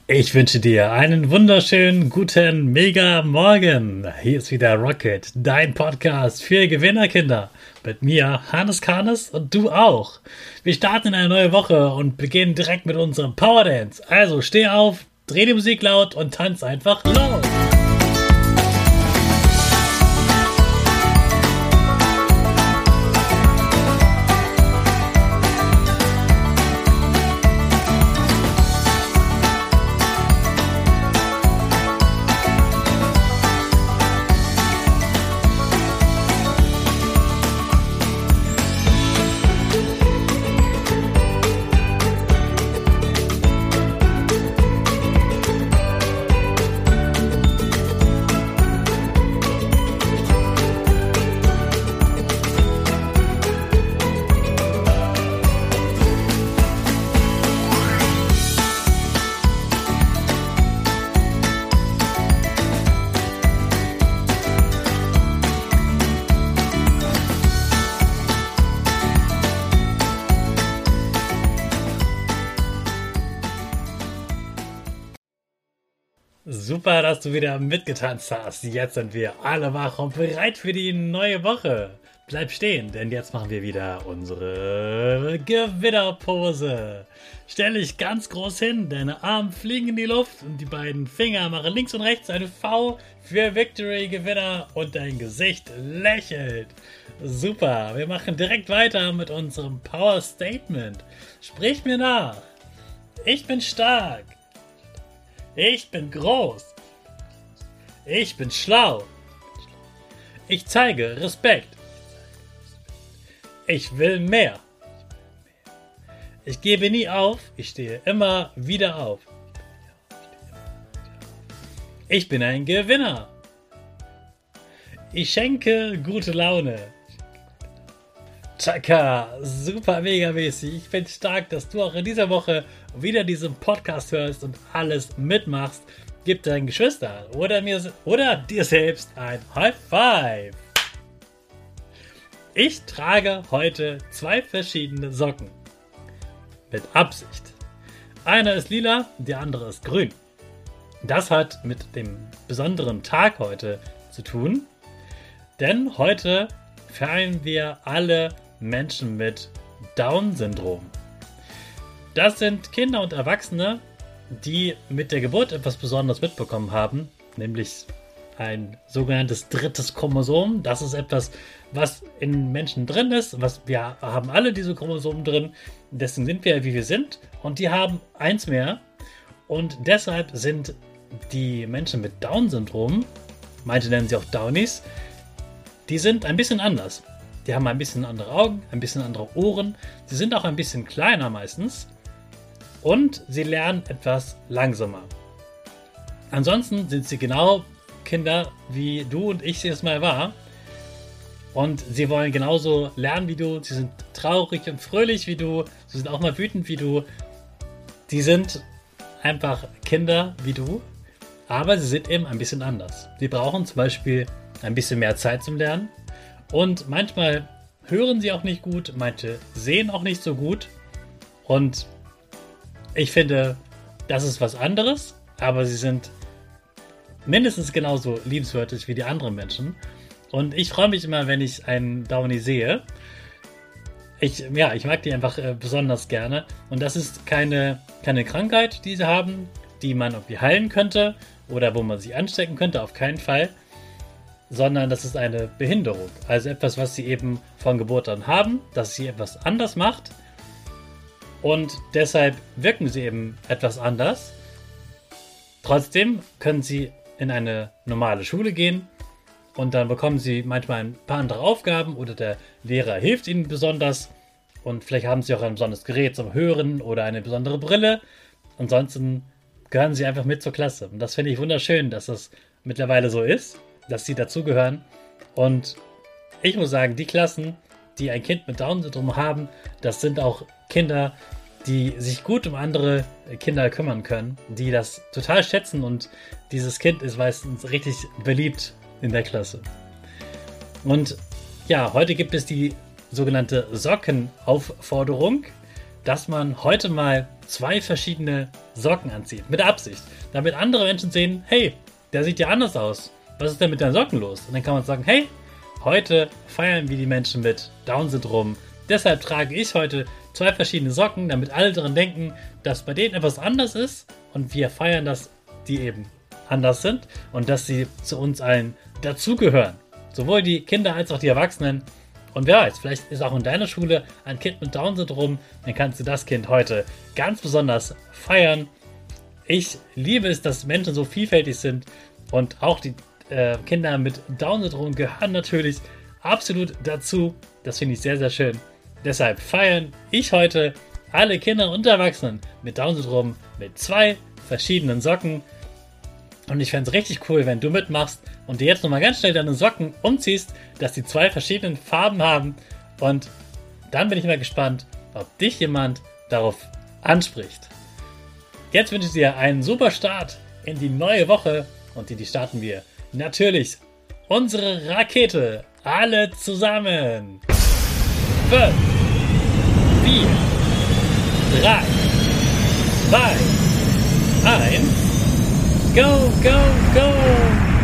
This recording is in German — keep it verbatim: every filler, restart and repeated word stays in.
Ich wünsche dir einen wunderschönen guten Mega Morgen. Hier ist wieder Rocket, dein Podcast für Gewinnerkinder. Mit mir, Hannes Karnes, und du auch. Wir starten in eine neue Woche und beginnen direkt mit unserem Power Dance. Also steh auf, dreh die Musik laut und tanz einfach los. Super, dass du wieder mitgetanzt hast. Jetzt sind wir alle wach und bereit für die neue Woche. Bleib stehen, denn jetzt machen wir wieder unsere Gewinnerpose. Stell dich ganz groß hin, deine Arme fliegen in die Luft und die beiden Finger machen links und rechts eine V für Victory, Gewinner, und dein Gesicht lächelt. Super, wir machen direkt weiter mit unserem Power Statement. Sprich mir nach. Ich bin stark. Ich bin groß. Ich bin schlau. Ich zeige Respekt. Ich will mehr. Ich gebe nie auf. Ich stehe immer wieder auf. Ich bin ein Gewinner. Ich schenke gute Laune. Tschakka, super mega mäßig. Ich finde es stark, dass du auch in dieser Woche wieder diesen Podcast hörst und alles mitmachst. Gib deinen Geschwistern oder mir oder dir selbst ein High Five. Ich trage heute zwei verschiedene Socken. Mit Absicht. Einer ist lila, der andere ist grün. Das hat mit dem besonderen Tag heute zu tun, denn heute feiern wir alle Menschen mit Down-Syndrom. Das sind Kinder und Erwachsene, die mit der Geburt etwas Besonderes mitbekommen haben, nämlich ein sogenanntes drittes Chromosom. Das ist etwas, was in Menschen drin ist. Was, wir haben alle diese Chromosomen drin, deswegen sind wir, wie wir sind, und die haben eins mehr. Und deshalb sind die Menschen mit Down-Syndrom, manche nennen sie auch Downies, die sind ein bisschen anders. Die haben ein bisschen andere Augen, ein bisschen andere Ohren. Sie sind auch ein bisschen kleiner meistens. Und sie lernen etwas langsamer. Ansonsten sind sie genau Kinder, wie du und ich es mal war. Und sie wollen genauso lernen wie du. Sie sind traurig und fröhlich wie du. Sie sind auch mal wütend wie du. Sie sind einfach Kinder wie du. Aber sie sind eben ein bisschen anders. Sie brauchen zum Beispiel ein bisschen mehr Zeit zum Lernen. Und manchmal hören sie auch nicht gut, manche sehen auch nicht so gut. Und ich finde, das ist was anderes, aber sie sind mindestens genauso liebenswürdig wie die anderen Menschen. Und ich freue mich immer, wenn ich einen Downy sehe. Ich, ja, ich mag die einfach äh, besonders gerne. Und das ist keine, keine Krankheit, die sie haben, die man irgendwie heilen könnte oder wo man sich anstecken könnte, auf keinen Fall. Sondern das ist eine Behinderung. Also etwas, was sie eben von Geburt an haben, dass sie etwas anders macht. Und deshalb wirken sie eben etwas anders. Trotzdem können sie in eine normale Schule gehen und dann bekommen sie manchmal ein paar andere Aufgaben oder der Lehrer hilft ihnen besonders und vielleicht haben sie auch ein besonderes Gerät zum Hören oder eine besondere Brille. Ansonsten gehören sie einfach mit zur Klasse. Und das finde ich wunderschön, dass das mittlerweile so ist, dass sie dazugehören. Und ich muss sagen, die Klassen, die ein Kind mit Down-Syndrom haben, das sind auch Kinder, die sich gut um andere Kinder kümmern können, die das total schätzen, und dieses Kind ist meistens richtig beliebt in der Klasse. Und ja, heute gibt es die sogenannte Sockenaufforderung, dass man heute mal zwei verschiedene Socken anzieht. Mit Absicht. Damit andere Menschen sehen, hey, der sieht ja anders aus. Was ist denn mit deinen Socken los? Und dann kann man sagen, hey, heute feiern wir die Menschen mit Down-Syndrom. Deshalb trage ich heute zwei verschiedene Socken, damit alle daran denken, dass bei denen etwas anders ist und wir feiern, dass die eben anders sind und dass sie zu uns allen dazugehören. Sowohl die Kinder als auch die Erwachsenen. Und wer weiß, vielleicht ist auch in deiner Schule ein Kind mit Down-Syndrom, dann kannst du das Kind heute ganz besonders feiern. Ich liebe es, dass Menschen so vielfältig sind und auch die äh, Kinder mit Down-Syndrom gehören natürlich absolut dazu. Das finde ich sehr, sehr schön. Deshalb feiern ich heute alle Kinder und Erwachsenen mit Down-Syndrom mit zwei verschiedenen Socken. Und ich fände es richtig cool, wenn du mitmachst und dir jetzt nochmal ganz schnell deine Socken umziehst, dass die zwei verschiedenen Farben haben. Und dann bin ich mal gespannt, ob dich jemand darauf anspricht. Jetzt wünsche ich dir einen super Start in die neue Woche und in die starten wir natürlich unsere Rakete. Alle zusammen. fünf, vier, drei, zwei, eins. Go, go, go!